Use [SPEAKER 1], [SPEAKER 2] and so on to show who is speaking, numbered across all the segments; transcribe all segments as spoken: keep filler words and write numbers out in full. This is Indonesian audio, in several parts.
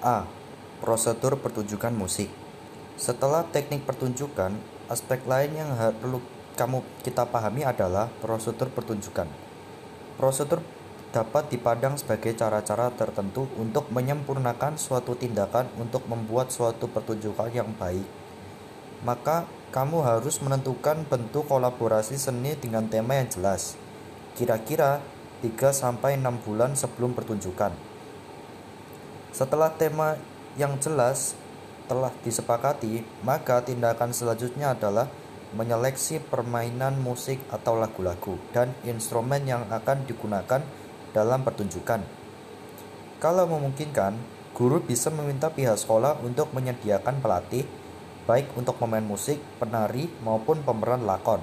[SPEAKER 1] A. Prosedur pertunjukan musik. Setelah teknik pertunjukan, aspek lain yang perlu kamu kita pahami adalah prosedur pertunjukan. Prosedur dapat dipandang sebagai cara-cara tertentu untuk menyempurnakan suatu tindakan untuk membuat suatu pertunjukan yang baik. Maka, kamu harus menentukan bentuk kolaborasi seni dengan tema yang jelas, kira-kira tiga sampai enam bulan sebelum pertunjukan. Setelah tema yang jelas telah disepakati, maka tindakan selanjutnya adalah menyeleksi permainan musik atau lagu-lagu dan instrumen yang akan digunakan dalam pertunjukan. Kalau memungkinkan, guru bisa meminta pihak sekolah untuk menyediakan pelatih, baik untuk pemain musik, penari, maupun pemeran lakon.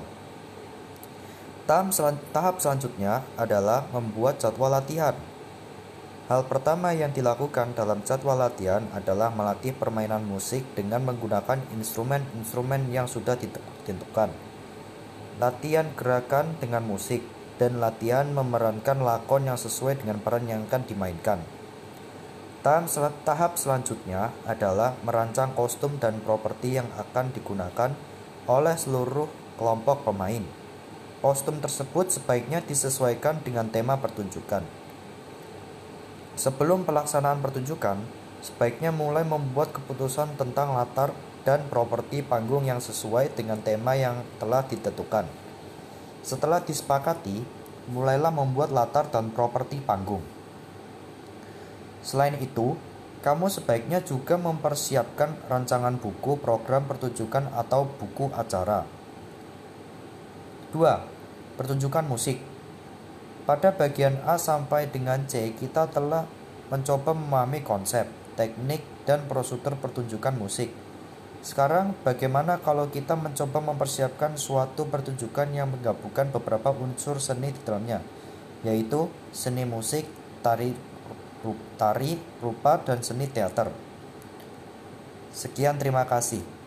[SPEAKER 1] Tahap selanjutnya adalah membuat jadwal latihan. Hal pertama yang dilakukan dalam jadwal latihan adalah melatih permainan musik dengan menggunakan instrumen-instrumen yang sudah ditentukan, latihan gerakan dengan musik, dan latihan memerankan lakon yang sesuai dengan peran yang akan dimainkan. Tahap selanjutnya adalah merancang kostum dan properti yang akan digunakan oleh seluruh kelompok pemain. Kostum tersebut sebaiknya disesuaikan dengan tema pertunjukan. Sebelum pelaksanaan pertunjukan, sebaiknya mulai membuat keputusan tentang latar dan properti panggung yang sesuai dengan tema yang telah ditentukan. Setelah disepakati, mulailah membuat latar dan properti panggung. Selain itu, kamu sebaiknya juga mempersiapkan rancangan buku program pertunjukan atau buku acara. dua. Pertunjukan musik. Pada bagian A sampai dengan C, kita telah mencoba memahami konsep, teknik, dan prosedur pertunjukan musik. Sekarang, bagaimana kalau kita mencoba mempersiapkan suatu pertunjukan yang menggabungkan beberapa unsur seni di dalamnya, yaitu seni musik, tari, tari, rupa, dan seni teater. Sekian, terima kasih.